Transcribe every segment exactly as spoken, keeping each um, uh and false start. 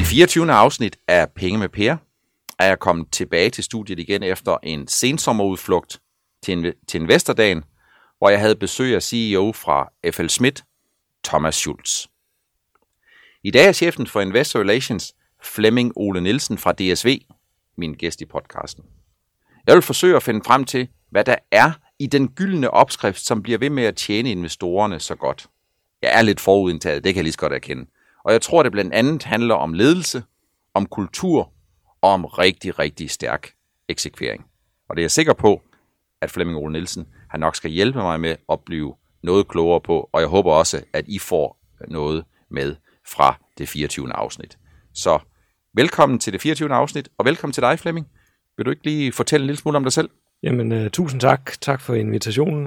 fireogtyvende afsnit af Penge med Per er jeg kommet tilbage til studiet igen efter en sensommerudflugt til, til Investordagen, hvor jeg havde besøg af C E O fra F L Schmidt, Thomas Schultz. I dag er chefen for Investor Relations Flemming Ole Nielsen fra D S V, min gæst i podcasten. Jeg vil forsøge at finde frem til, hvad der er i den gyldne opskrift, som bliver ved med at tjene investorerne så godt. Jeg er lidt forudindtaget, det kan jeg lige så godt erkende. Og jeg tror, det blandt andet handler om ledelse, om kultur og om rigtig, rigtig stærk eksekvering. Og det er jeg sikker på, at Flemming Ole Nielsen han nok skal hjælpe mig med at blive noget klogere på, og jeg håber også, at I får noget med fra det fireogtyvende afsnit. Så velkommen til det fireogtyvende afsnit, og velkommen til dig, Flemming. Vil du ikke lige fortælle en lille smule om dig selv? Jamen, uh, tusind tak. Tak for invitationen.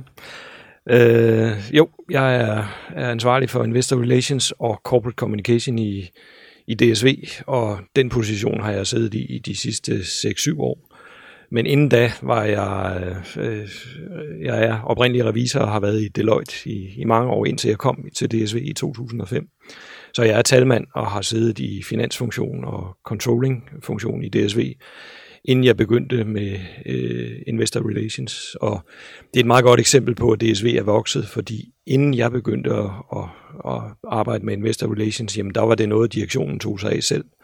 Uh, jo, jeg er, er ansvarlig for Investor Relations og Corporate Communication i, i D S V, og den position har jeg siddet i i de sidste seks syv år. Men inden da var jeg, øh, jeg er oprindelig revisor og har været i Deloitte i, i mange år, indtil jeg kom til D S V i to tusind og fem. Så jeg er talmand og har siddet i finansfunktion og controlling-funktion i D S V, inden jeg begyndte med øh, Investor Relations. Og det er et meget godt eksempel på, at D S V er vokset, fordi inden jeg begyndte at, at, at arbejde med Investor Relations, jamen der var det noget, direktionen tog sig af selv.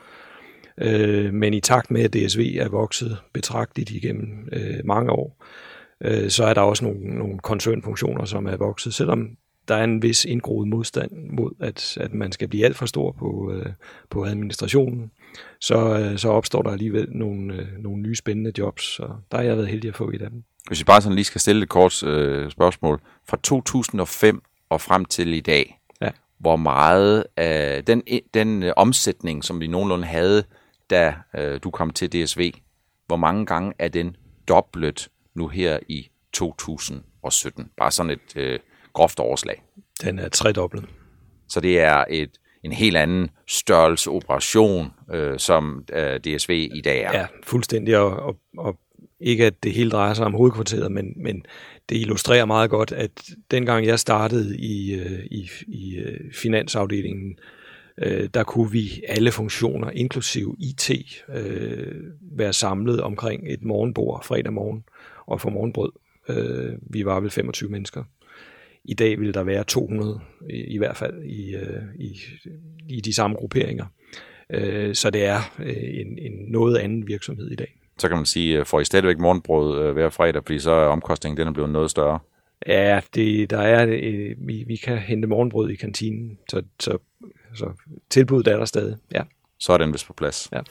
Øh, men i takt med, at D S V er vokset betragteligt igennem øh, mange år, øh, så er der også nogle, nogle koncernfunktioner, som er vokset, selvom der er en vis indgroet modstand mod, at, at man skal blive alt for stor på, øh, på administrationen, så, øh, så opstår der alligevel nogle, øh, nogle nye spændende jobs, og der har jeg været heldig at få et af dem. Hvis vi bare sådan lige skal stille et kort øh, spørgsmål. Fra to tusind og fem og frem til i dag, ja. Hvor meget af den, den øh, omsætning, som vi nogenlunde havde, da øh, du kom til D S V, hvor mange gange er den doblet nu her i to tusind og sytten? Bare sådan et øh, groft overslag. Den er tredoblet. Så det er et, en helt anden størrelse operation, øh, som øh, D S V i dag er. Ja, fuldstændig. Og, og, og ikke at det hele drejer sig om hovedkvarteret, men, men det illustrerer meget godt, at dengang jeg startede i, øh, i, i øh, finansafdelingen, Øh, der kunne vi alle funktioner, inklusive I T, øh, være samlet omkring et morgenbord fredag morgen og få morgenbrød. Øh, vi var vel femogtyve mennesker. I dag vil der være to hundrede, i, i hvert fald i, øh, i, i de samme grupperinger. Øh, så det er øh, en, en noget anden virksomhed i dag. Så kan man sige, får I stadigvæk morgenbrød øh, hver fredag, fordi så er omkostningen den er blevet noget større? Ja, det, der er, øh, vi, vi kan hente morgenbrød i kantinen, så, så Så tilbuddet er der stadig, ja. Så er den vist på plads. Ja.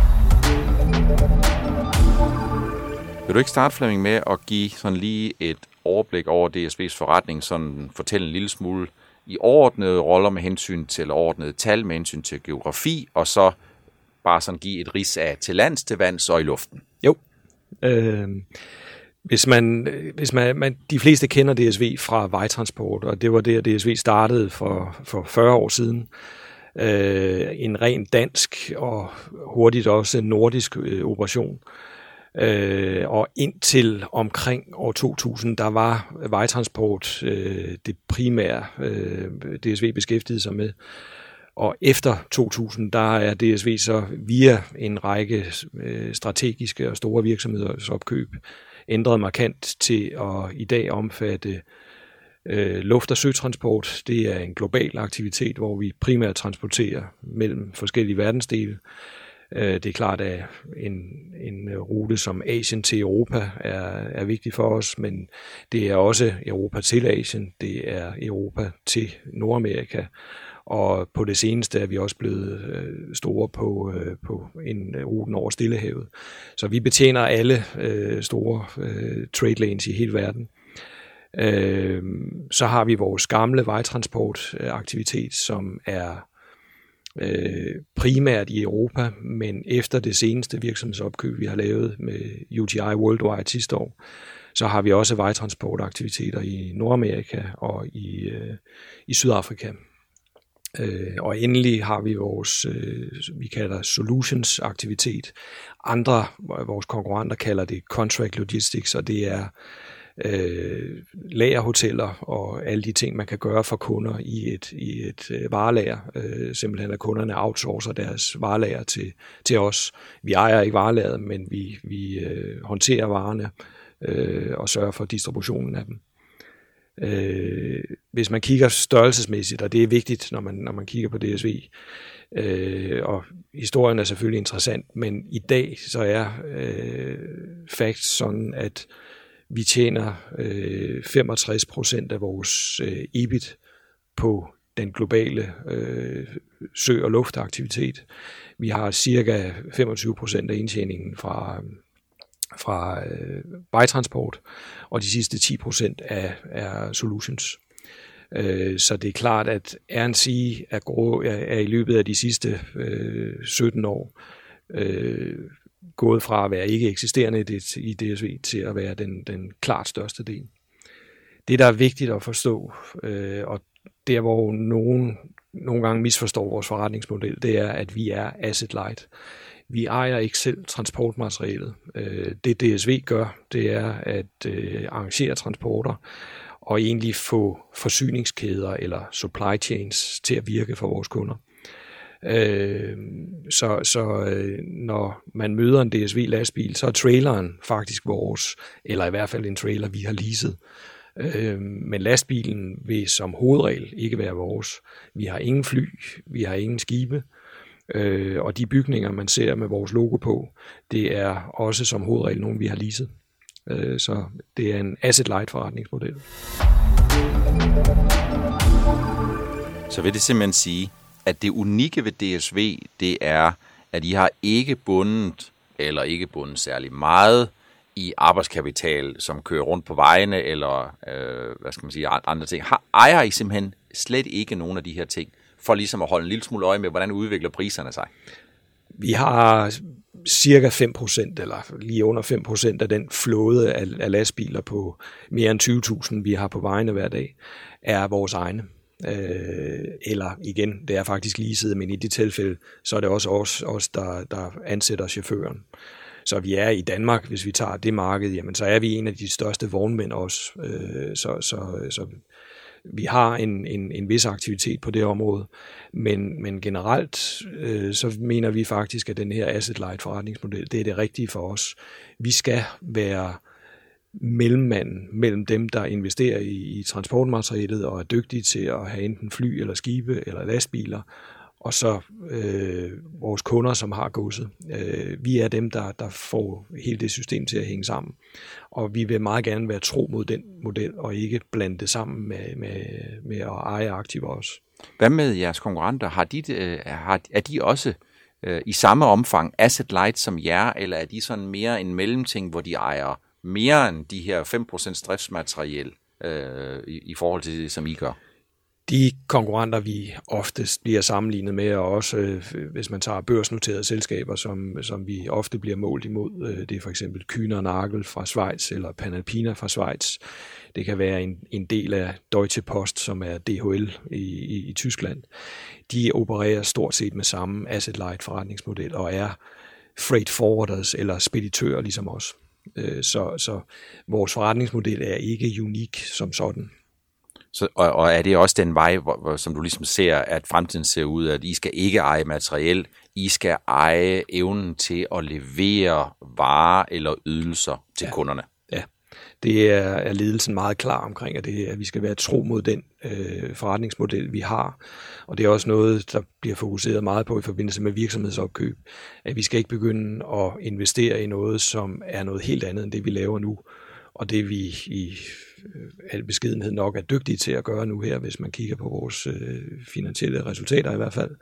Vil du ikke starte, Flemming, med at give sådan lige et overblik over D S V's forretning, sådan fortælle en lille smule i overordnede roller med hensyn til overordnede tal, med hensyn til geografi, og så bare sådan give et rids af til lands, til vands og i luften? Jo. Øh, hvis man, hvis man, man, de fleste kender D S V fra vejtransport, og det var det, at D S V startede for, for fyrre år siden. Øh, en ren dansk og hurtigt også nordisk øh, operation. Øh, og indtil omkring år to tusind, der var vejtransport øh, det primære øh, D S V beskæftigede sig med. Og efter to tusind, der er D S V så via en række øh, strategiske og store virksomheders opkøb ændret markant til at i dag omfatte øh, luft- og søtransport. Det er en global aktivitet, hvor vi primært transporterer mellem forskellige verdensdele. Øh, det er klart, at en, en rute som Asien til Europa er, er vigtig for os, men det er også Europa til Asien, det er Europa til Nordamerika, og på det seneste er vi også blevet øh, store på, øh, på en ruten over Stillehavet. Så vi betjener alle øh, store øh, trade lanes i hele verden. Øh, så har vi vores gamle vejtransportaktivitet, som er øh, primært i Europa, men efter det seneste virksomhedsopkøb, vi har lavet med U T I Worldwide sidste år, så har vi også vejtransportaktiviteter i Nordamerika og i, øh, i Sydafrika. Øh, og endelig har vi vores, øh, vi kalder solutions aktivitet. Andre, vores konkurrenter kalder det contract logistics, og det er øh, lagerhoteller og alle de ting, man kan gøre for kunder i et, i et øh, varelager. Øh, simpelthen at kunderne outsourcer deres varelager til, til os. Vi ejer ikke varelageret, men vi, vi øh, håndterer varerne øh, og sørger for distributionen af dem. Øh, hvis man kigger størrelsesmæssigt, og det er vigtigt, når man, når man kigger på D S V, øh, og historien er selvfølgelig interessant, men i dag så er øh, facts sådan, at vi tjener øh, femogtres procent af vores øh, E B I T på den globale øh, sø- og luftaktivitet. Vi har cirka femogtyve procent af indtjeningen fra fra øh, vejtransport, og de sidste ti procent er, er solutions. Øh, så det er klart, at R and C er, grå, er, er i løbet af de sidste øh, sytten år øh, gået fra at være ikke eksisterende i, det, i D S V til at være den, den klart største del. Det, der er vigtigt at forstå, øh, og der hvor nogen nogle gange misforstår vores forretningsmodel, det er, at vi er asset light. Vi ejer ikke selv transportmaterialet. Det D S V gør, det er at arrangere transporter og egentlig få forsyningskæder eller supply chains til at virke for vores kunder. Så, så når man møder en D S V-lastbil, så er traileren faktisk vores, eller i hvert fald en trailer, vi har leaset. Men lastbilen vil som hovedregel ikke være vores. Vi har ingen fly, vi har ingen skibe, Øh, og de bygninger, man ser med vores logo på, det er også som hovedregel nogle, vi har leaset. Øh, så det er en asset-light forretningsmodel. Så vil det simpelthen sige, at det unikke ved D S V, det er, at I har ikke bundet, eller ikke bundet særlig meget, i arbejdskapital, som kører rundt på vejene, eller øh, hvad skal man sige, andre ting. Har, ejer I simpelthen slet ikke nogen af de her ting, for ligesom at holde en lille smule øje med, hvordan udvikler priserne sig? Vi har cirka fem procent, eller lige under fem procent af den flåde af, af lastbiler på mere end tyve tusind, vi har på vejene hver dag, er vores egne. Øh, eller igen, det er faktisk leaset, men i det tilfælde, så er det også os, os der, der ansætter chaufføren. Så vi er i Danmark, hvis vi tager det marked, jamen så er vi en af de største vognmænd også. Øh, så, så, så vi har en, en, en vis aktivitet på det område, men, men generelt øh, så mener vi faktisk, at den her asset-light forretningsmodel, det er det rigtige for os. Vi skal være mellemmanden mellem dem, der investerer i, i transportmaterialet og er dygtige til at have enten fly eller skibe eller lastbiler, og så øh, vores kunder, som har godset. Øh, vi er dem, der, der får hele det system til at hænge sammen. Og vi vil meget gerne være tro mod den model, og ikke blande det sammen med, med, med at eje aktiver også. Hvad med jeres konkurrenter? Har de, øh, har, er de også øh, i samme omfang asset light som jer, eller er de sådan mere en mellemting, hvor de ejer mere end de her fem procent driftsmateriel øh, i, i forhold til det, som I gør? De konkurrenter, vi oftest bliver sammenlignet med, og også øh, hvis man tager børsnoterede selskaber, som, som vi ofte bliver målt imod, øh, det er for eksempel Kühner og Nagel fra Schweiz, eller Panalpina fra Schweiz. Det kan være en, en del af Deutsche Post, som er D H L i, i, i Tyskland. De opererer stort set med samme asset-light forretningsmodel, og er freight forwarders eller speditører ligesom os. Øh, så, så vores forretningsmodel er ikke unik som sådan. Så, og, og er det også den vej, hvor, hvor, som du ligesom ser, at fremtiden ser ud, at I skal ikke eje materiel, I skal eje evnen til at levere varer eller ydelser til ja. kunderne? Ja, det er, er ledelsen meget klar omkring, at, det, at vi skal være tro mod den øh, forretningsmodel, vi har. Og det er også noget, der bliver fokuseret meget på i forbindelse med virksomhedsopkøb, at vi skal ikke begynde at investere i noget, som er noget helt andet end det, vi laver nu. Og det vi i al beskedenhed nok er dygtige til at gøre nu her, hvis man kigger på vores øh, finansielle resultater i hvert fald,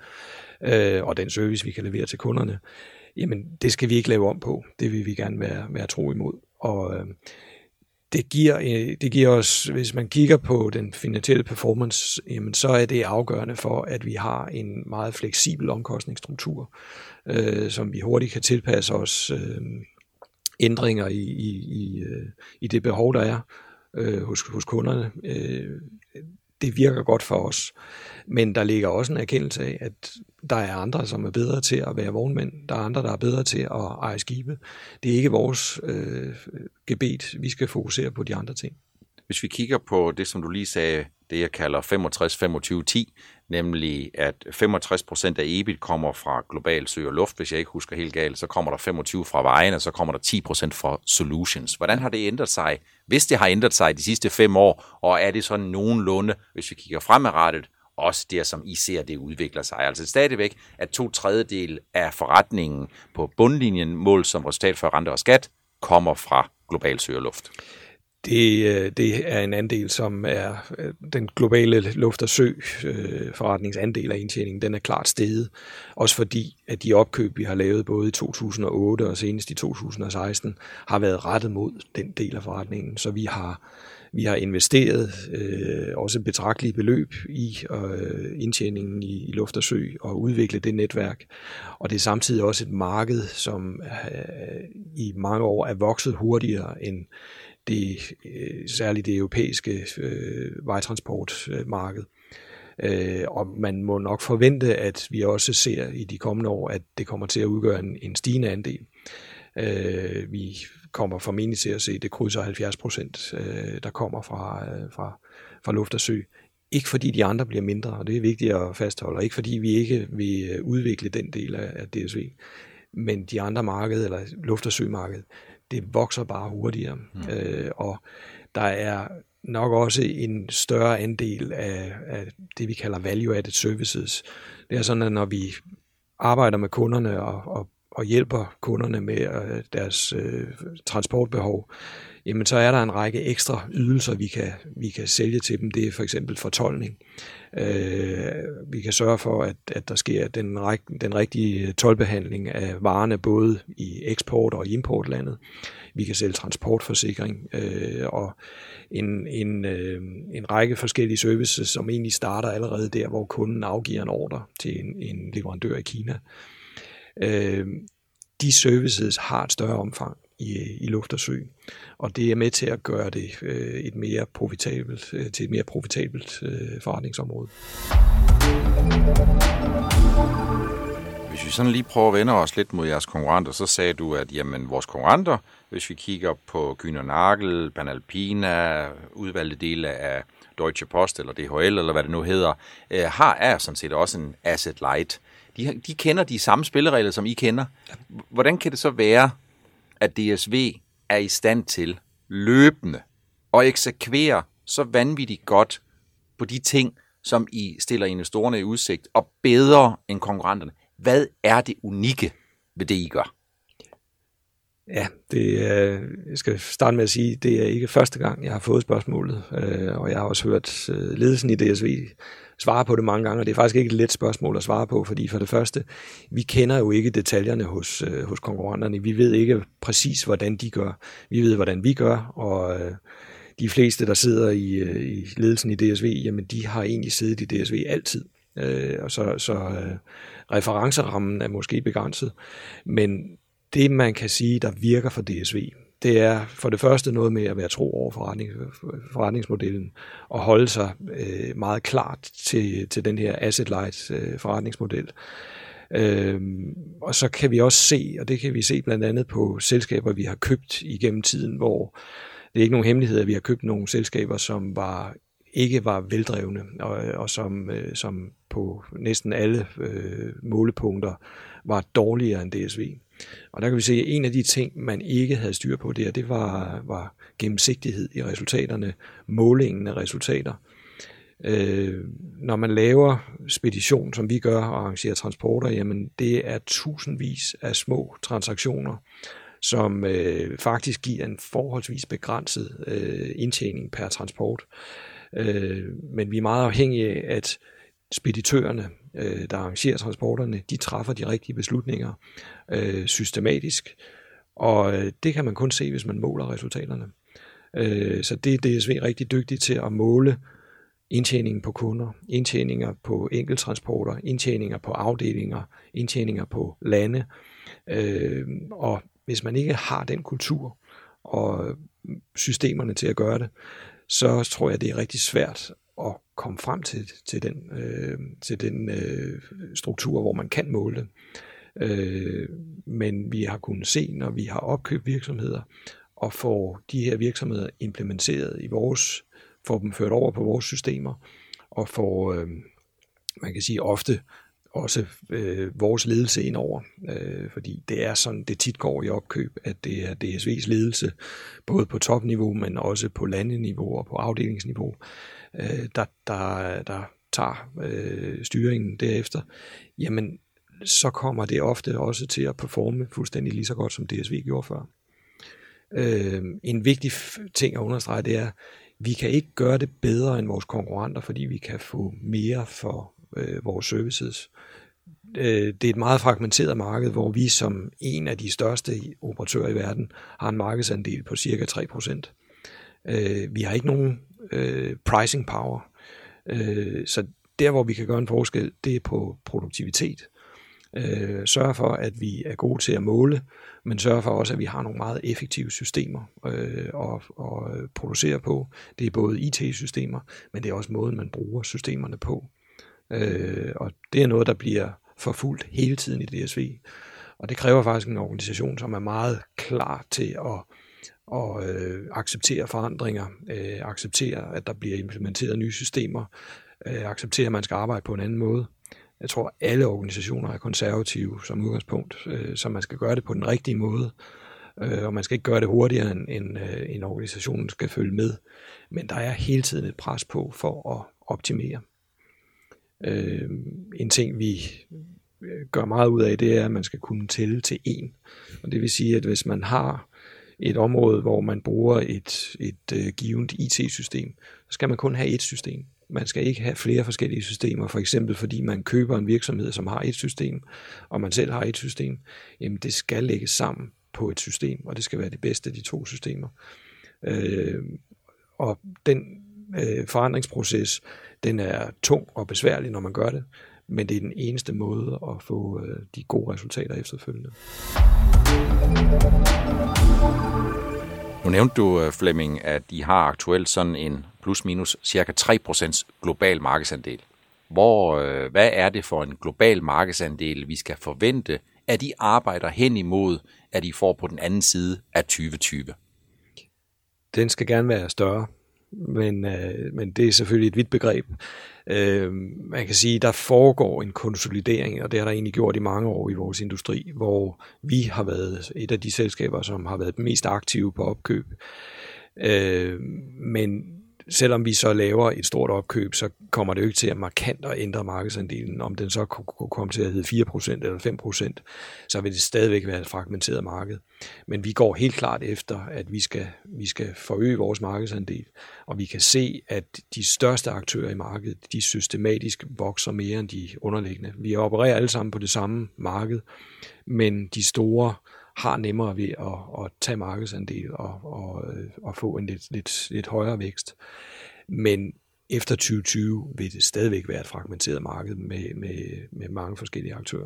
øh, og den service, vi kan levere til kunderne, jamen det skal vi ikke lave om på. Det vil vi gerne være, være tro imod. Og øh, det, giver, øh, det giver os, hvis man kigger på den finansielle performance, jamen så er det afgørende for, at vi har en meget fleksibel omkostningsstruktur, øh, som vi hurtigt kan tilpasse os øh, ændringer i, i, i, i det behov, der er øh, hos, hos kunderne. Øh, det virker godt for os. Men der ligger også en erkendelse af, at der er andre, som er bedre til at være vognmænd. Der er andre, der er bedre til at eje skibe. Det er ikke vores øh, gebet. Vi skal fokusere på de andre ting. Hvis vi kigger på det, som du lige sagde, det jeg kalder femogtres femogtyve ti, nemlig at femogtres procent af E B I T kommer fra global sø og luft, hvis jeg ikke husker helt galt, så kommer der femogtyve fra vejen, og så kommer der ti procent fra solutions. Hvordan har det ændret sig, hvis det har ændret sig de sidste fem år, og er det sådan nogenlunde, hvis vi kigger fremadrettet, også det, som I ser, det udvikler sig? Altså stadigvæk, at to tredjedel af forretningen på bundlinjen, mål som resultat for rente og skat, kommer fra global sø og luft. Det, det er en andel, som er den globale luft- og sø forretningsandel af indtjeningen. Den er klart steget, også fordi at de opkøb, vi har lavet både i to tusind og otte og senest i to tusind og seksten, har været rettet mod den del af forretningen. Så vi har, vi har investeret øh, også betragtelige beløb i øh, indtjeningen i, i luft og sø og udvikle det netværk. Og det er samtidig også et marked, som øh, i mange år er vokset hurtigere end det, særligt det europæiske øh, vejtransportmarked. Øh, og man må nok forvente, at vi også ser i de kommende år, at det kommer til at udgøre en, en stigende andel. Øh, vi kommer formentlig til at se, at det krydser halvfjerds procent, øh, der kommer fra, øh, fra, fra luft og sø. Ikke fordi de andre bliver mindre, og det er vigtigt at fastholde, og ikke fordi vi ikke vil udvikle den del af, af D S V. Men de andre markeder, eller luft- og sømarkedet, det vokser bare hurtigere. Mm. Øh, og der er nok også en større andel af, af det, vi kalder value-added services. Det er sådan, at når vi arbejder med kunderne og, og, og hjælper kunderne med øh, deres øh, transportbehov, jamen så er der en række ekstra ydelser, vi kan, vi kan sælge til dem. Det er for eksempel fortoldning. Øh, vi kan sørge for, at, at der sker den, den rigtige toldbehandling af varerne, både i eksport- og importlandet. Vi kan sælge transportforsikring øh, og en, en, øh, en række forskellige services, som egentlig starter allerede der, hvor kunden afgiver en ordre til en, en leverandør i Kina. Øh, de services har et større omfang i, i luft og sø, og det er med til at gøre det øh, et mere profitabelt, øh, til et mere profitabelt øh, forretningsområde. Hvis vi sådan lige prøver at vende os lidt mod jeres konkurrenter, så sagde du, at jamen, vores konkurrenter, hvis vi kigger på Kühne Nagel, Panalpina, udvalgte dele af Deutsche Post eller D H L, eller hvad det nu hedder, øh, har er sådan set også en asset light. De, de kender de samme spilleregler, som I kender. Hvordan kan det så være, at D S V er i stand til løbende at eksekvere så vanvittigt godt på de ting, som I stiller investorerne i udsigt, og bedre end konkurrenterne? Hvad er det unikke ved det, I gør? Ja, det er, jeg skal starte med at sige, at det er ikke første gang, jeg har fået spørgsmålet, og jeg har også hørt ledelsen i D S V svare på det mange gange, og det er faktisk ikke et let spørgsmål at svare på, fordi for det første, vi kender jo ikke detaljerne hos, hos konkurrenterne. Vi ved ikke præcis, hvordan de gør. Vi ved, hvordan vi gør, og de fleste, der sidder i, i ledelsen i D S V, jamen de har egentlig siddet i D S V altid. Og så, så referencerammen er måske begrænset, men det, man kan sige, der virker for D S V, det er for det første noget med at være tro over forretning, forretningsmodellen og holde sig øh, meget klart til, til den her asset-light øh, forretningsmodel. Øh, og så kan vi også se, og det kan vi se blandt andet på selskaber, vi har købt igennem tiden, hvor det er ikke nogen hemmelighed, at vi har købt nogle selskaber, som var ikke var veldrevne, og, og som, øh, som på næsten alle øh, målepunkter var dårligere end D S V. Og der kan vi se, at en af de ting, man ikke havde styr på der, det var, var gennemsigtighed i resultaterne, målingen af resultater. Øh, når man laver spedition, som vi gør, og arrangerer transporter, jamen det er tusindvis af små transaktioner, som øh, faktisk giver en forholdsvis begrænset øh, indtjening per transport. Øh, men vi er meget afhængige af, at speditørerne, øh, der arrangerer transporterne, de træffer de rigtige beslutninger øh, systematisk, og øh, det kan man kun se, hvis man måler resultaterne. Øh, så det er D S V rigtig dygtig til at måle indtjeningen på kunder, indtjeninger på enkelttransporter, indtjeninger på afdelinger, indtjeninger på lande, øh, og hvis man ikke har den kultur og systemerne til at gøre det, så tror jeg, det er rigtig svært at komme frem til, til den, øh, til den øh, struktur, hvor man kan måle det. Øh, men vi har kunnet se, når vi har opkøbt virksomheder, og får de her virksomheder implementeret i vores, får dem ført over på vores systemer, og får, øh, man kan sige ofte, også øh, vores ledelse ind over, øh, fordi det er sådan, det tit går i opkøb, at det er D S V's ledelse, både på topniveau, men også på landeniveau og på afdelingsniveau, øh, der, der, der tager øh, styringen derefter, jamen så kommer det ofte også til at performe fuldstændig lige så godt, som D S V gjorde før. Øh, en vigtig ting at understrege, det er, vi kan ikke gøre det bedre end vores konkurrenter, fordi vi kan få mere for øh, vores services. Øh, det er et meget fragmenteret marked, hvor vi som en af de største operatører i verden har en markedsandel på cirka tre procent. Øh, vi har ikke nogen øh, pricing power, øh, så der hvor vi kan gøre en forskel, det er på produktivitet. Øh, sørge for, at vi er gode til at måle, men sørge for også, at vi har nogle meget effektive systemer øh, at, at producere på. Det er både I T-systemer, men det er også måden, man bruger systemerne på. Øh, og det er noget, der bliver forfulgt hele tiden i D S V. Og det kræver faktisk en organisation, som er meget klar til at, at øh, acceptere forandringer, øh, acceptere, at der bliver implementeret nye systemer, øh, acceptere, at man skal arbejde på en anden måde. Jeg tror, alle organisationer er konservative som udgangspunkt, øh, så man skal gøre det på den rigtige måde, øh, og man skal ikke gøre det hurtigere, end, end, øh, end organisationen skal følge med. Men der er hele tiden et pres på for at optimere. Øh, en ting, vi gør meget ud af, det er, at man skal kunne tælle til en. Og det vil sige, at hvis man har et område, hvor man bruger et, et uh, givet I T-system, så skal man kun have et system. Man skal ikke have flere forskellige systemer, for eksempel fordi man køber en virksomhed, som har et system, og man selv har et system. Jamen det skal lægges sammen på et system, og det skal være det bedste af de to systemer. Øh, og den øh, forandringsproces, den er tung og besværlig, når man gør det, men det er den eneste måde at få øh, de gode resultater efterfølgende. Nu nævnte du, Flemming, at I har aktuelt sådan en plus minus cirka tre procent global markedsandel. Hvor, øh, hvad er det for en global markedsandel, vi skal forvente, at I arbejder hen imod, at I får på den anden side af tyve tyve? Den skal gerne være større, men, øh, men det er selvfølgelig et vidt begreb. Øh, man kan sige, at der foregår en konsolidering, og det har der egentlig gjort i mange år i vores industri, hvor vi har været et af de selskaber, som har været mest aktive på opkøb. Øh, men selvom vi så laver et stort opkøb, så kommer det jo ikke til at markant at ændre markedsandelen. Om den så kunne komme til at hedde fire procent eller fem procent, så vil det stadigvæk være et fragmenteret marked. Men vi går helt klart efter, at vi skal, vi skal forøge vores markedsandel, og vi kan se, at de største aktører i markedet, de systematisk vokser mere end de underliggende. Vi opererer alle sammen på det samme marked, men de store har nemmere ved at, at tage markedsandel og, og, og få en lidt, lidt, lidt højere vækst. Men efter tyve tyve vil det stadigvæk være et fragmenteret marked med, med, med mange forskellige aktører.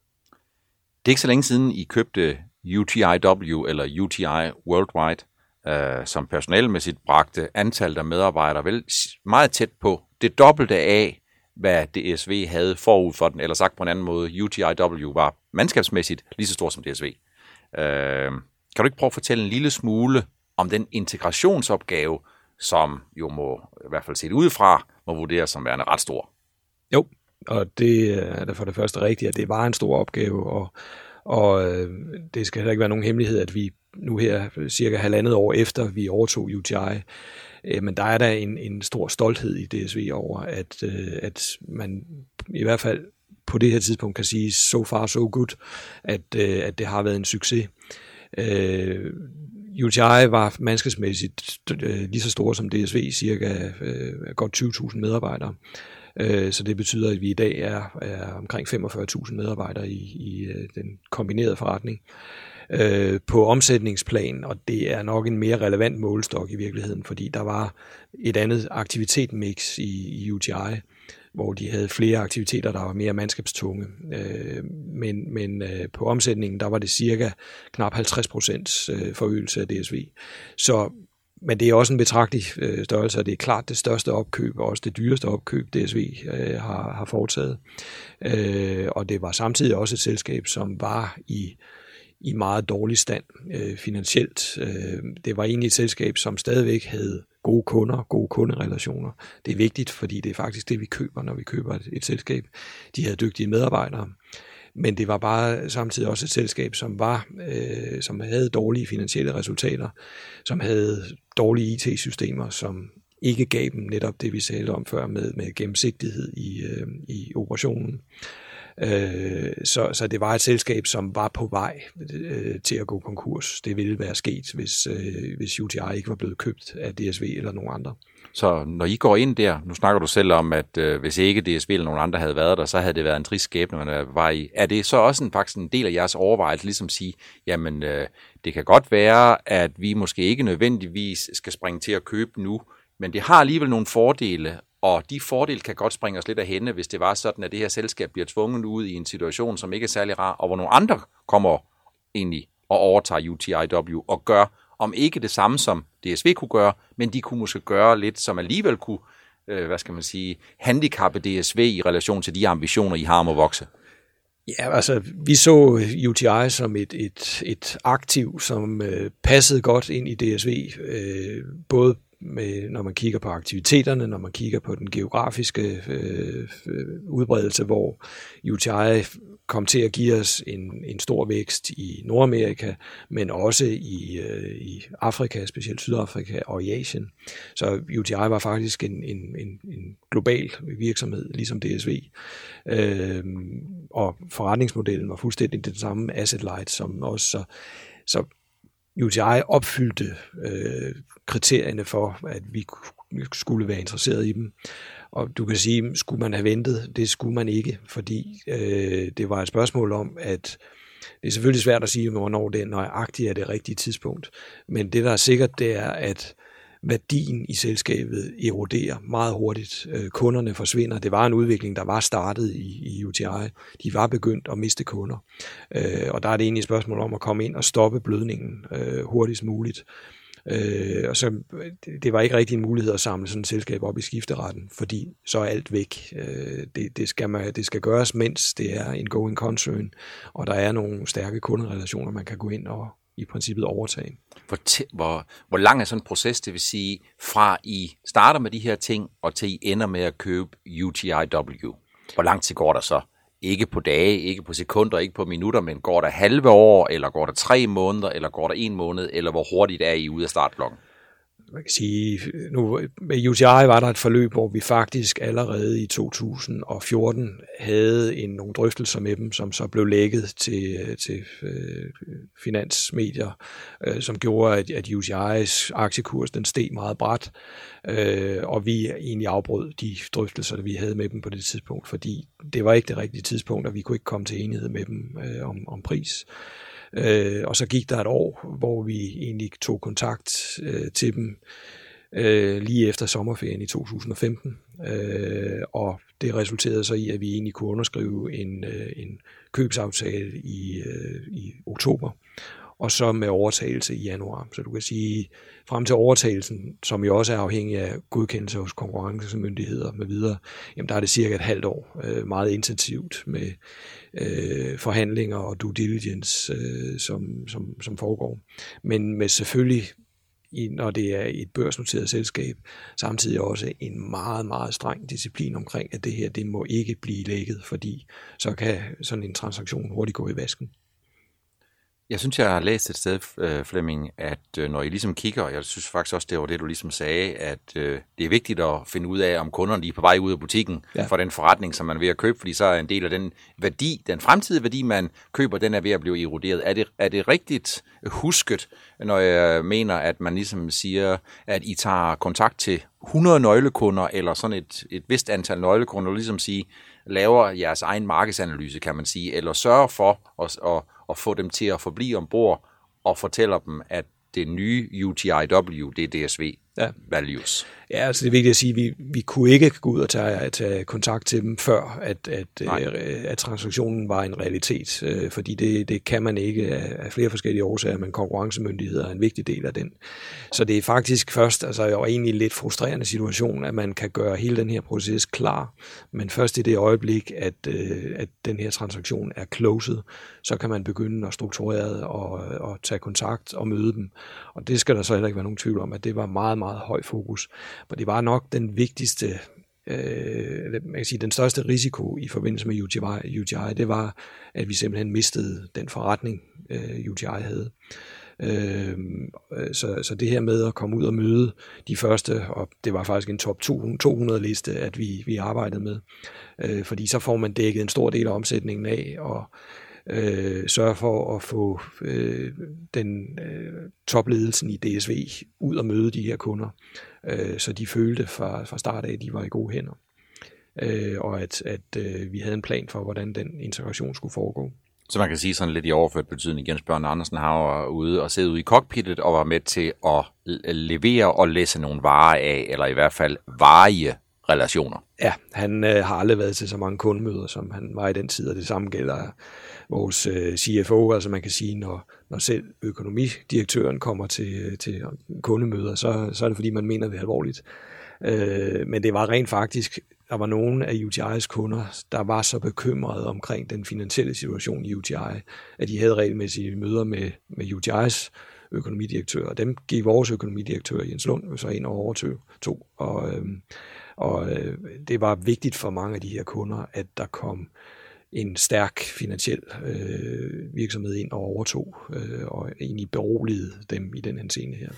Det er ikke så længe siden, I købte U T I W eller U T I Worldwide, øh, som personalemæssigt bragte antallet af medarbejdere vel meget tæt på det dobbelte af, hvad D S V havde forud for den, eller sagt på en anden måde, U T I W var mandskabsmæssigt lige så stor som D S V. Øh, kan du ikke prøve at fortælle en lille smule om den integrationsopgave, som jo må, i hvert fald set udefra, må vurderes som værende ret stor? Jo, og det er da for det første rigtigt, at det var en stor opgave, og, og øh, det skal heller ikke være nogen hemmelighed, at vi nu her cirka halvandet år efter, vi overtog U T I, øh, men der er der en, en stor stolthed i D S V over, at, øh, at man i hvert fald på det her tidspunkt kan sige, so far so good, at, øh, at det har været en succes. Øh, U T I var mandskabsmæssigt øh, lige så store som D S V, cirka øh, godt tyve tusind medarbejdere. Øh, så det betyder, at vi i dag er, er omkring femogfyrre tusind medarbejdere i, i øh, den kombinerede forretning. Øh, på omsætningsplan, og det er nok en mere relevant målestok i virkeligheden, fordi der var et andet aktivitetmix i, i U T I, hvor de havde flere aktiviteter, der var mere mandskabstunge. Øh, men men øh, på omsætningen, der var det cirka knap halvtreds procent øh, forøgelse af D S V. Så men det er også en betragtelig øh, størrelse, og det er klart det største opkøb, og også det dyreste opkøb, D S V øh, har, har foretaget. Øh, og det var samtidig også et selskab, som var i, i meget dårlig stand øh, finansielt. Øh, det var egentlig et selskab, som stadigvæk havde gode kunder, gode kunderelationer. Det er vigtigt, fordi det er faktisk det, vi køber, når vi køber et, et selskab. De havde dygtige medarbejdere. Men det var bare samtidig også et selskab, som var, øh, som havde dårlige finansielle resultater, som havde dårlige I T-systemer, som ikke gav dem netop det, vi talte om før med, med gennemsigtighed i, øh, i operationen. Øh, så, så det var et selskab, som var på vej øh, til at gå konkurs. Det ville være sket, hvis, øh, hvis U T I ikke var blevet købt af D S V eller nogen andre. Så når I går ind der, nu snakker du selv om, at øh, hvis ikke D S V eller nogen andre havde været der, så havde det været en trist skæbne, man var i. Er det så også en, faktisk en del af jeres overvejelse, ligesom at sige, jamen øh, det kan godt være, at vi måske ikke nødvendigvis skal springe til at købe nu, men det har alligevel nogle fordele, og de fordele kan godt springe os lidt af hende, hvis det var sådan, at det her selskab bliver tvunget ud i en situation, som ikke er særlig rar, og hvor nogle andre kommer egentlig og overtager U T I W og gør om ikke det samme, som D S V kunne gøre, men de kunne måske gøre lidt, som alligevel kunne, øh, hvad skal man sige, handicappe D S V i relation til de ambitioner, I har om at vokse. Ja, altså, vi så U T I som et, et, et aktiv, som øh, passede godt ind i D S V, øh, både med, når man kigger på aktiviteterne, når man kigger på den geografiske øh, udbredelse, hvor U T I kom til at give os en, en stor vækst i Nordamerika, men også i, øh, i Afrika, specielt Sydafrika og i Asien. Så U T I var faktisk en, en, en, en global virksomhed, ligesom D S V. Øh, og forretningsmodellen var fuldstændig den samme asset light, som også så, så U T I opfyldte øh, kriterierne for, at vi skulle være interesseret i dem. Og du kan sige, skulle man have ventet? Det skulle man ikke, fordi øh, det var et spørgsmål om, at det er selvfølgelig svært at sige, hvornår det er nøjagtigt er det rigtige tidspunkt. Men det, der er sikkert, det er, at værdien i selskabet eroderer meget hurtigt. Kunderne forsvinder. Det var en udvikling, der var startet i, i U T I. De var begyndt at miste kunder. Og der er det egentlig et spørgsmål om at komme ind og stoppe blødningen hurtigst muligt. Øh, og så det var ikke rigtig en mulighed at samle sådan et selskab op i skifteretten, fordi så er alt væk. Øh, det, det, skal man, det skal gøres, mens det er en going concern, og der er nogle stærke kunderelationer, man kan gå ind og i princippet overtage. Hvor, t- hvor, hvor lang er sådan en proces, det vil sige, fra I starter med de her ting, og til I ender med at købe U T I W? Hvor lang tid går der så? Ikke på dage, ikke på sekunder, ikke på minutter, men går der halve år, eller går der tre måneder, eller går der en måned, eller hvor hurtigt er I ude af startblokken? Man kan sige, nu med U T I var der et forløb, hvor vi faktisk allerede i to tusind og fjorten havde en, nogle drøftelser med dem, som så blev lækket til, til øh, finansmedier, øh, som gjorde, at, at U T I's aktiekurs den steg meget brat, øh, og vi egentlig afbrød de drøftelser, vi havde med dem på det tidspunkt, fordi det var ikke det rigtige tidspunkt, og vi kunne ikke komme til enighed med dem øh, om, om pris. Øh, og så gik der et år, hvor vi egentlig tog kontakt øh, til dem øh, lige efter sommerferien i to tusind og femten. Øh, og det resulterede så i, at vi egentlig kunne underskrive en, øh, en købsaftale i, øh, i oktober, og så med overtagelse i januar. Så du kan sige, frem til overtagelsen, som jo også er afhængig af godkendelse hos konkurrencemyndigheder med videre, jamen der er det cirka et halvt år, øh, meget intensivt med øh, forhandlinger og due diligence, øh, som, som, som foregår. Men med selvfølgelig, når det er et børsnoteret selskab, samtidig også en meget, meget streng disciplin omkring, at det her, det må ikke blive lækket, fordi så kan sådan en transaktion hurtigt gå i vasken. Jeg synes, jeg har læst et sted, Flemming, at når I ligesom kigger, og jeg synes faktisk også, det var det, du ligesom sagde, at øh, det er vigtigt at finde ud af, om kunderne er på vej ud af butikken ja. for den forretning, som man er ved at købe, fordi så er en del af den værdi, den fremtidige værdi, man køber, den er ved at blive eroderet. Er det, er det rigtigt husket, når jeg mener, at man ligesom siger, at I tager kontakt til hundrede nøglekunder, eller sådan et, et vist antal nøglekunder, og ligesom sige, laver jeres egen markedsanalyse, kan man sige, eller sørger for at, at, at få dem til at forblive ombord og fortæller dem, at det nye U T I W, det er D S V, ja. values. Ja, altså det er vigtigt at sige, at vi, vi kunne ikke gå ud og tage, tage kontakt til dem, før at, at, øh, at transaktionen var en realitet, øh, fordi det, det kan man ikke af, af flere forskellige årsager, men konkurrencemyndigheder er en vigtig del af den. Så det er faktisk først, altså jo egentlig en lidt frustrerende situation, at man kan gøre hele den her proces klar, men først i det øjeblik, at, øh, at den her transaktion er closed, så kan man begynde at strukturere og, og tage kontakt og møde dem. Og det skal der så heller ikke være nogen tvivl om, at det var meget, meget høj fokus. For det var nok den vigtigste, øh, man kan sige, den største risiko i forbindelse med U T I, U T I, det var, at vi simpelthen mistede den forretning, øh, U T I havde. Øh, så, så det her med at komme ud og møde de første, og det var faktisk en top to hundrede liste, at vi, vi arbejdede med, øh, fordi så får man dækket en stor del af omsætningen af, og Øh, sørge for at få øh, den øh, topledelsen i D S V ud og møde de her kunder, øh, så de følte fra, fra start af, at de var i gode hænder, øh, og at, at øh, vi havde en plan for, hvordan den integration skulle foregå. Så man kan sige sådan lidt i overført betydning, Jens Bjørn Andersen har var ude og sidde ude i cockpittet og var med til at levere og læse nogle varer af, eller i hvert fald varige relationer. Ja, han øh, har aldrig været til så mange kundemøder, som han var i den tid, og det samme gælder vores øh, C F O, altså man kan sige, når, når selv økonomidirektøren kommer til, til kundemøder, så, så er det fordi, man mener det er alvorligt. Øh, men det var rent faktisk, der var nogle af U T I's kunder, der var så bekymrede omkring den finansielle situation i U T I, at de havde regelmæssige møder med, med U T I's økonomidirektør, og dem gik vores økonomidirektør Jens Lund så ind og overtog. Og, øh, og øh, det var vigtigt for mange af de her kunder, at der kom en stærk finansiel øh, virksomhed ind og overtog, øh, og egentlig beroligede dem i den henseende her.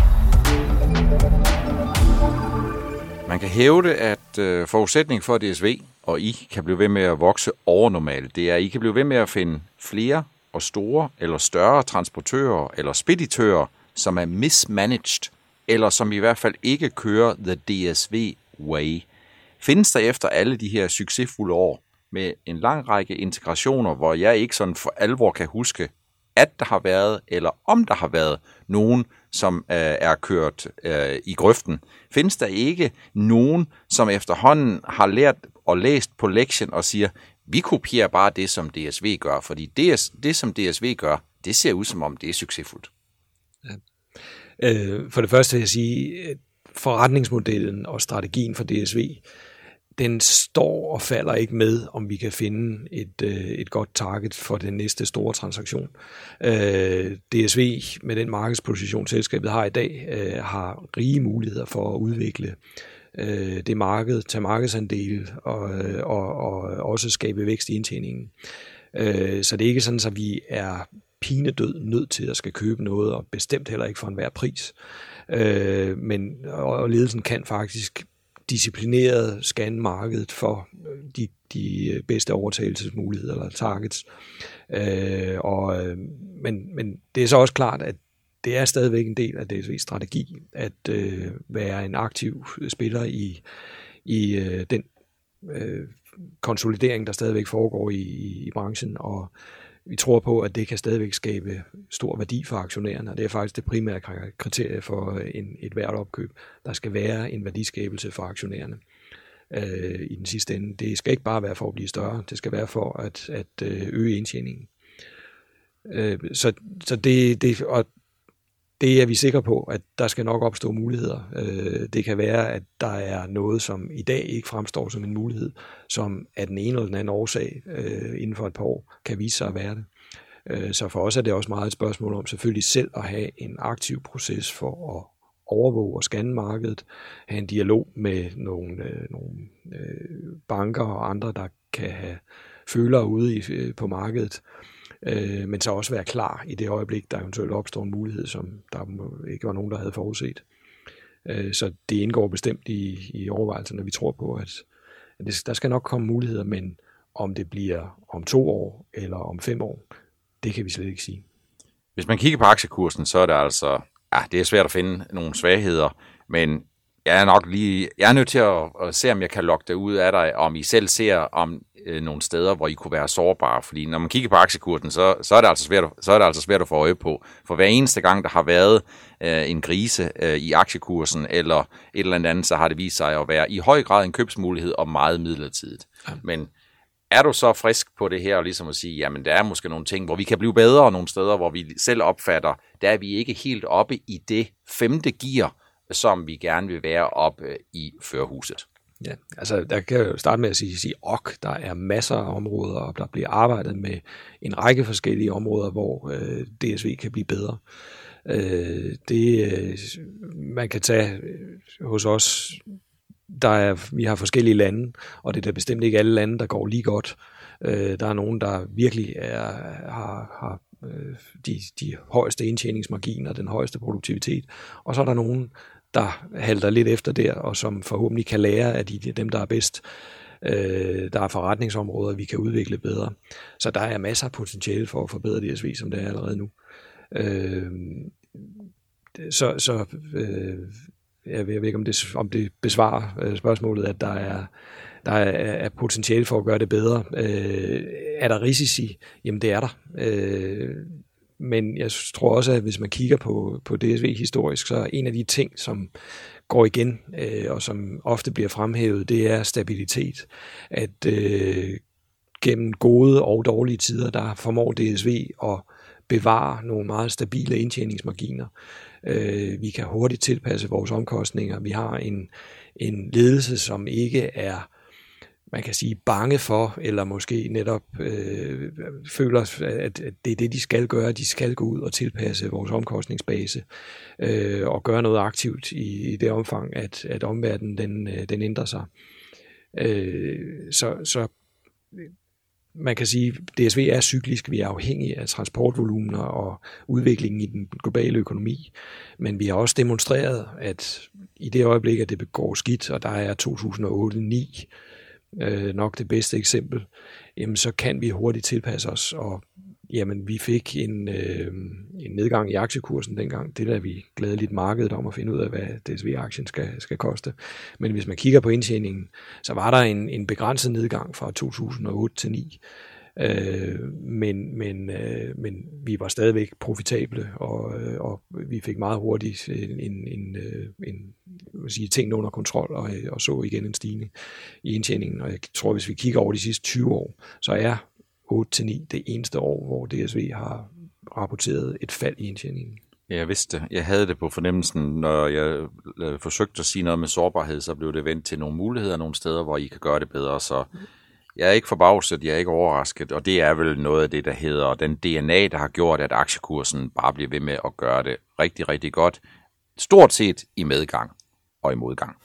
Man kan hævde, at øh, forudsætning for, at D S V og I kan blive ved med at vokse overnormalt, det er, at I kan blive ved med at finde flere og store eller større transportører eller speditører, som er mismanaged, eller som i hvert fald ikke kører the D S V way. Findes der efter alle de her succesfulde år med en lang række integrationer, hvor jeg ikke sådan for alvor kan huske, at der har været, eller om der har været nogen, som øh, er kørt øh, i grøften. Findes der ikke nogen, som efterhånden har lært og læst på lektien og siger, vi kopierer bare det, som D S V gør, fordi det, det som D S V gør, det ser ud som om, det er succesfuldt. Ja. Øh, for det første vil jeg sige, forretningsmodellen og strategien for D S V, den står og falder ikke med, om vi kan finde et, et godt target for den næste store transaktion. Øh, D S V med den markedsposition, selskabet har i dag, øh, har rige muligheder for at udvikle øh, det marked, tage markedsandel og, og, og også skabe vækst i indtjeningen. Øh, så det er ikke sådan, at vi er pinedød nødt til at skal købe noget, og bestemt heller ikke for enhver pris. Øh, men og ledelsen kan faktisk disciplineret scanne markedet for de, de bedste overtagelsesmuligheder eller targets. Øh, og, men, men det er så også klart, at det er stadigvæk en del af D S V's strategi at øh, være en aktiv spiller i, i øh, den øh, konsolidering, der stadigvæk foregår i, i, i branchen, og vi tror på, at det kan stadigvæk skabe stor værdi for aktionærerne, og det er faktisk det primære kriterie for en, et hvert opkøb. Der skal være en værdiskabelse for aktionærerne øh, i den sidste ende. Det skal ikke bare være for at blive større, det skal være for at, at øge indtjeningen. Øh, så så det, det, og det er vi sikre på, at der skal nok opstå muligheder. Øh, det kan være, at der er noget, som i dag ikke fremstår som en mulighed, som af den ene eller den anden årsag øh, inden for et par år kan vise sig at være det. Øh, så for os er det også meget et spørgsmål om selvfølgelig selv at have en aktiv proces for at overvåge og scanne markedet, have en dialog med nogle, øh, nogle øh, banker og andre, der kan have følere ude i, øh, på markedet, øh, men så også være klar i det øjeblik, der eventuelt opstår en mulighed, som der ikke var nogen, der havde forudset. Øh, så det indgår bestemt i, i overvejelserne, vi tror på, at, at det, der skal nok komme muligheder, men om det bliver om to år eller om fem år, det kan vi slet ikke sige. Hvis man kigger på aktiekursen, så er det altså, ja, det er svært at finde nogle svagheder, men jeg er nok lige, jeg er nødt til at, at se, om jeg kan lokke det ud af dig, om I selv ser om øh, nogle steder, hvor I kunne være sårbare. Fordi når man kigger på aktiekursen, så, så, er det altså svært, så er det altså svært at få øje på. For hver eneste gang, der har været øh, en krise øh, i aktiekursen eller et eller andet, så har det vist sig at være i høj grad en købsmulighed og meget midlertidigt. Ja. Men er du så frisk på det her, og ligesom at sige, jamen der er måske nogle ting, hvor vi kan blive bedre, og nogle steder, hvor vi selv opfatter, der er vi ikke helt oppe i det femte gear, som vi gerne vil være oppe i førerhuset. Ja, altså der kan jeg jo starte med at sige, sige ok, der er masser af områder, og der bliver arbejdet med en række forskellige områder, hvor øh, D S V kan blive bedre. Øh, det øh, man kan tage hos os, der er, vi har forskellige lande, og det er da bestemt ikke alle lande, der går lige godt. Øh, der er nogen, der virkelig er, har, har øh, de, de højeste indtjeningsmarginer, den højeste produktivitet, og så er der nogen, der halter lidt efter der, og som forhåbentlig kan lære af de, dem, der er bedst. Øh, der er forretningsområder, vi kan udvikle bedre. Så der er masser af potentiale for at forbedre D S V, som det er allerede nu. Øh, så så øh, jeg ved ikke, om det, om det besvarer øh, spørgsmålet, at der er, der er potentiale for at gøre det bedre. Øh, er der risici? Jamen det er der. Øh, Men jeg tror også, at hvis man kigger på, på D S V historisk, så er en af de ting, som går igen, øh, og som ofte bliver fremhævet, det er stabilitet. At øh, gennem gode og dårlige tider, der formår D S V at bevare nogle meget stabile indtjeningsmarginer. Øh, vi kan hurtigt tilpasse vores omkostninger. Vi har en, en ledelse, som ikke er, man kan sige, bange for, eller måske netop øh, føler, at, at det er det, de skal gøre. De skal gå ud og tilpasse vores omkostningsbase øh, og gøre noget aktivt i, i det omfang, at, at omverdenen den, den ændrer sig. Øh, så, så man kan sige, at D S V er cyklisk. Vi er afhængige af transportvolumener og udviklingen i den globale økonomi. Men vi har også demonstreret, at i det øjeblik, at det går skidt, og der er to tusind og otte ni øh, nok det bedste eksempel, jamen så kan vi hurtigt tilpasse os. Og jamen, vi fik en, øh, en nedgang i aktiekursen dengang. Det lader vi glædeligt markedet om at finde ud af, hvad D S V-aktien skal, skal koste. Men hvis man kigger på indtjeningen, så var der en, en begrænset nedgang fra to tusind og otte til ni. Øh, men, men, øh, men vi var stadigvæk profitable, og, og vi fik meget hurtigt en, en, en, en vil sige, tingene under kontrol, og, og så igen en stigning i indtjeningen. Og jeg tror, hvis vi kigger over de sidste tyve år, så er otte til ni det eneste år, hvor D S V har rapporteret et fald i indtjeningen. Jeg vidste det. Jeg havde det på fornemmelsen, når jeg forsøgte at sige noget med sårbarhed, så blev det vendt til nogle muligheder, nogle steder, hvor I kan gøre det bedre. Så jeg er ikke forbavset, jeg er ikke overrasket, og det er vel noget af det, der hedder den D N A, der har gjort, at aktiekursen bare bliver ved med at gøre det rigtig, rigtig godt. Stort set i medgang og i modgang.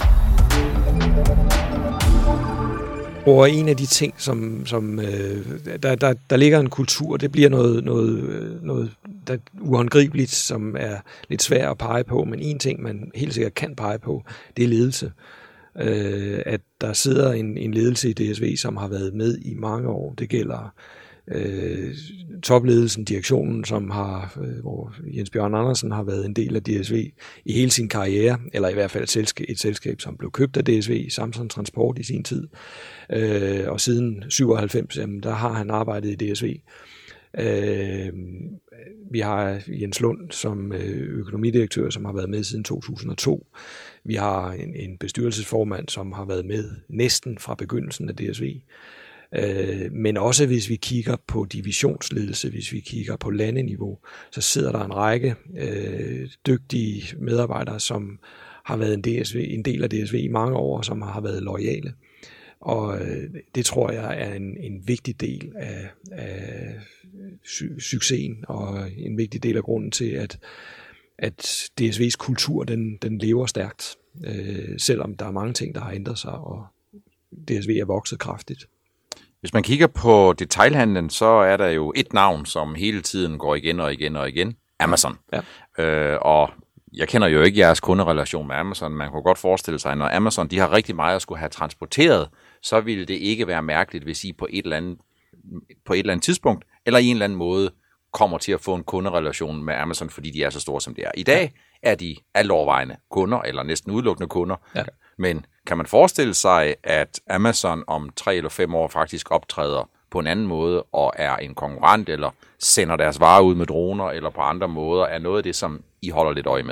Og en af de ting, som, som øh, der, der, der ligger en kultur, det bliver noget, noget, noget der uhåndgribeligt, som er lidt svært at pege på, men en ting, man helt sikkert kan pege på, det er ledelse. Øh, at der sidder en, en ledelse i D S V, som har været med i mange år. Det gælder øh, topledelsen, direktionen, som har, øh, hvor Jens Bjørn Andersen har været en del af D S V i hele sin karriere, eller i hvert fald et selskab, et selskab som blev købt af D S V, Samsung Transport i sin tid. Øh, og siden syvoghalvfems, jamen, der har han arbejdet i D S V. Øh, vi har Jens Lund som økonomidirektør, som har været med siden to tusind og to. Vi har en, en bestyrelsesformand, som har været med næsten fra begyndelsen af D S V. Øh, men også hvis vi kigger på divisionsledelse, hvis vi kigger på landeniveau, så sidder der en række øh, dygtige medarbejdere, som har været en, D S V, en del af D S V i mange år, og som har været loyale. Og øh, det tror jeg er en, en vigtig del af, af su- succesen, og en vigtig del af grunden til, at, at D S V's kultur, den, den lever stærkt, øh, selvom der er mange ting, der har ændret sig, og D S V er vokset kraftigt. Hvis man kigger på detailhandlen, så er der jo et navn, som hele tiden går igen og igen og igen. Amazon. Ja. Øh, og jeg kender jo ikke jeres kunderelation med Amazon. Man kunne godt forestille sig, at når Amazon de har rigtig meget at skulle have transporteret, så ville det ikke være mærkeligt, hvis I på et eller andet, på et eller andet tidspunkt, eller i en eller anden måde, kommer til at få en kunderelation med Amazon, fordi de er så store, som de er. I dag er de altovervejende kunder, eller næsten udelukkende kunder. Ja. Men kan man forestille sig, at Amazon om tre eller fem år faktisk optræder på en anden måde, og er en konkurrent, eller sender deres varer ud med droner, eller på andre måder, er noget af det, som I holder lidt øje med?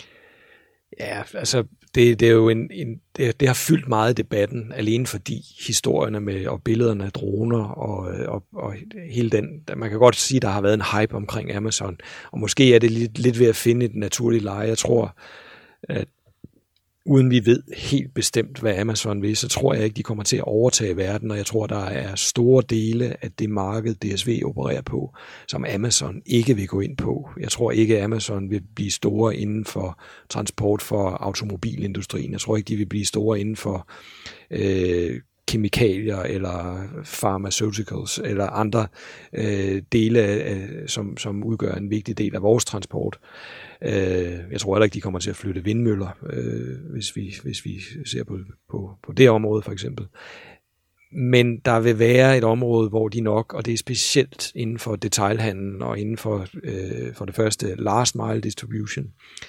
Ja, altså det, det er jo en, en det, det har fyldt meget i debatten, alene fordi historierne med og billederne af droner og, og, og hele den, man kan godt sige, der har været en hype omkring Amazon, og måske er det lidt, lidt ved at finde et naturligt leje. Jeg tror, at uden vi ved helt bestemt, hvad Amazon vil, så tror jeg ikke, de kommer til at overtage verden, og jeg tror, der er store dele af det marked, D S V opererer på, som Amazon ikke vil gå ind på. Jeg tror ikke, at Amazon vil blive store inden for transport for automobilindustrien. Jeg tror ikke, de vil blive store inden for øh, kemikalier eller pharmaceuticals eller andre øh, dele, af, som, som udgør en vigtig del af vores transport. Jeg tror heller ikke, de kommer til at flytte vindmøller, øh, hvis, vi, hvis vi ser på, på, på det område for eksempel. Men der vil være et område, hvor de nok, og det er specielt inden for detailhandlen og inden for, øh, for det første last mile distribution,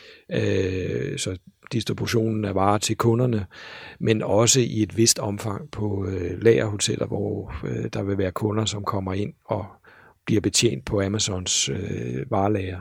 øh, så distributionen af varer til kunderne, men også i et vist omfang på øh, lagerhoteller, hvor øh, der vil være kunder, som kommer ind og bliver betjent på Amazons øh, varelager.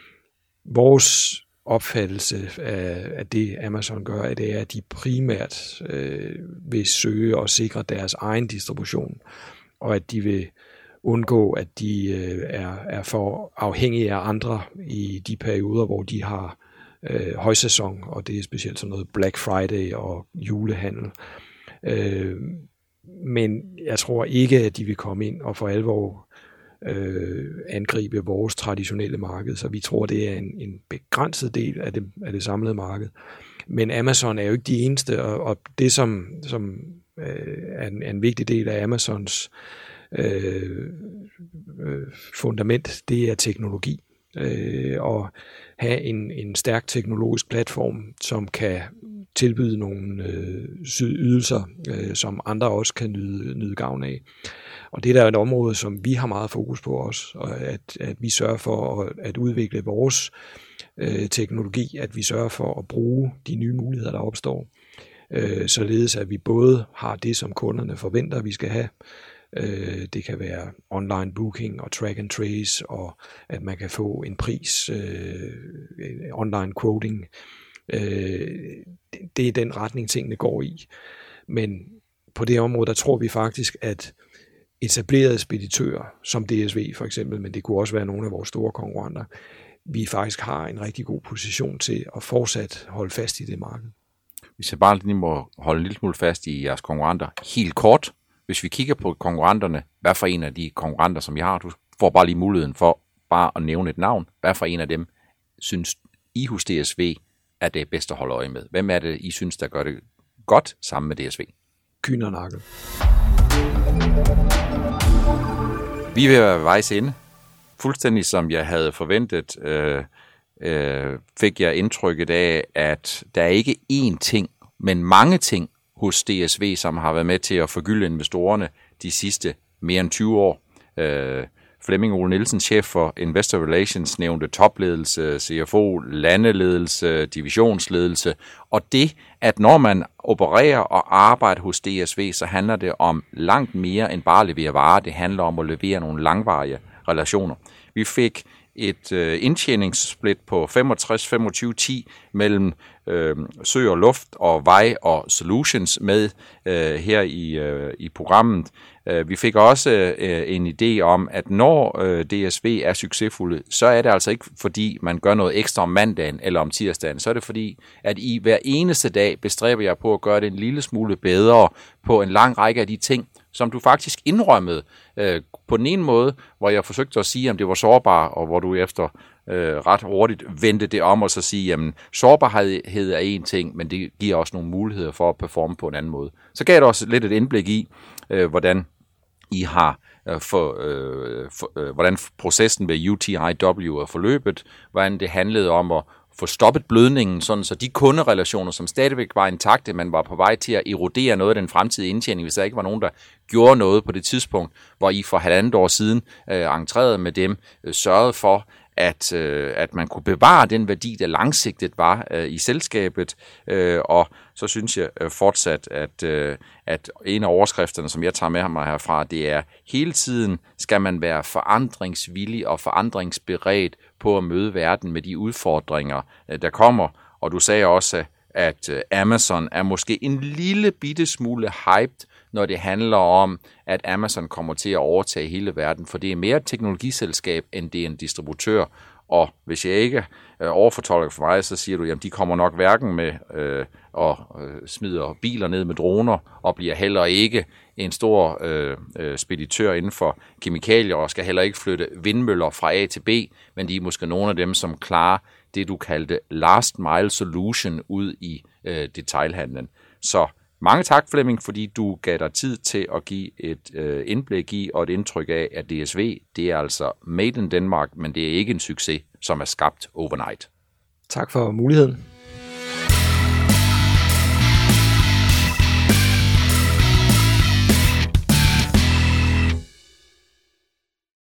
Vores opfattelse af, af det, Amazon gør, det er, at de primært øh, vil søge og sikre deres egen distribution, og at de vil undgå, at de øh, er, er for afhængige af andre i de perioder, hvor de har øh, højsæson, og det er specielt sådan noget Black Friday og julehandel. Øh, men jeg tror ikke, at de vil komme ind og for alvor Øh, angribe vores traditionelle marked, så vi tror, det er en, en begrænset del af det, af det samlede marked. Men Amazon er jo ikke de eneste, og, og det som, som øh, er, en, er en vigtig del af Amazons øh, øh, fundament, det er teknologi. Øh, og have en, en stærk teknologisk platform, som kan tilbyde nogle øh, ydelser, øh, som andre også kan nyde, nyde gavn af. Og det er der et område, som vi har meget fokus på også, og at, at vi sørger for at, at udvikle vores øh, teknologi, at vi sørger for at bruge de nye muligheder, der opstår, øh, således at vi både har det, som kunderne forventer, vi skal have. Øh, det kan være online booking og track and trace, og at man kan få en pris, øh, online quoting. Øh, det, det er den retning, tingene går i. Men på det område, der tror vi faktisk, at etablerede speditører, som D S V for eksempel, men det kunne også være nogle af vores store konkurrenter, vi faktisk har en rigtig god position til at fortsat holde fast i det marked. Hvis jeg bare lige må holde en lille smule fast i jeres konkurrenter, helt kort, hvis vi kigger på konkurrenterne, hvad for en af de konkurrenter, som jeg har, du får bare lige muligheden for bare at nævne et navn, hvad for en af dem synes I hos D S V er det bedste at holde øje med? Hvem er det, I synes, der gør det godt sammen med D S V? Kuehne + Nagel. Vi er ved at være vejs ende. Fuldstændig som jeg havde forventet, øh, øh, fik jeg indtrykket af, at der er ikke én ting, men mange ting hos D S V, som har været med til at forgylde investorerne de sidste mere end tyve år. Øh, Flemming Ole Nielsen, chef for Investor Relations, nævnte topledelse, C F O, landeledelse, divisionsledelse. Og det, at når man opererer og arbejder hos D S V, så handler det om langt mere end bare at levere varer. Det handler om at levere nogle langvarige relationer. Vi fik et øh, indtjeningssplit på femogtres femogtyve ti mellem øh, sø og luft og vej og solutions med øh, her i, øh, i programmet. Vi fik også øh, en idé om, at når øh, D S V er succesfulde, så er det altså ikke fordi, man gør noget ekstra om mandagen eller om tirsdagen. Så er det fordi, at I hver eneste dag bestræber jer på at gøre det en lille smule bedre på en lang række af de ting, som du faktisk indrømmede øh, på den ene måde, hvor jeg forsøgte at sige, om det var sårbar, og hvor du efter øh, ret hurtigt vendte det om og så sige, jamen sårbarhed er en ting, men det giver også nogle muligheder for at performe på en anden måde. Så gav det også lidt et indblik i, øh, hvordan I har øh, for, øh, for, øh, hvordan processen ved U T I W er forløbet, hvordan det handlede om at få stoppet blødningen, sådan så de kunderelationer, som stadigvæk var intakte, man var på vej til at erodere noget af den fremtidige indtjening, hvis der ikke var nogen, der gjorde noget på det tidspunkt, hvor I for halvandet år siden øh, entrerede med dem, øh, sørgede for, at, øh, at man kunne bevare den værdi, der langsigtet var øh, i selskabet, øh, og så synes jeg øh, fortsat, at, øh, at en af overskrifterne, som jeg tager med mig herfra, det er, hele tiden skal man være forandringsvillig og forandringsberedt på at møde verden med de udfordringer, øh, der kommer. Og du sagde også, at øh, Amazon er måske en lille bitte smule hyped, når det handler om, at Amazon kommer til at overtage hele verden, for det er mere et teknologiselskab, end det er en distributør. Og hvis jeg ikke øh, overfortolker for mig, så siger du, at de kommer nok hverken med øh, og øh, smider biler ned med droner, og bliver heller ikke en stor øh, øh, speditør inden for kemikalier, og skal heller ikke flytte vindmøller fra A til B, men de er måske nogle af dem, som klarer det, du kaldte last mile solution ud i øh, detailhandlen. Så mange tak, Flemming, fordi du gav dig tid til at give et øh, indblik i og et indtryk af, at D S V, det er altså made in Denmark, men det er ikke en succes, som er skabt overnight. Tak for muligheden.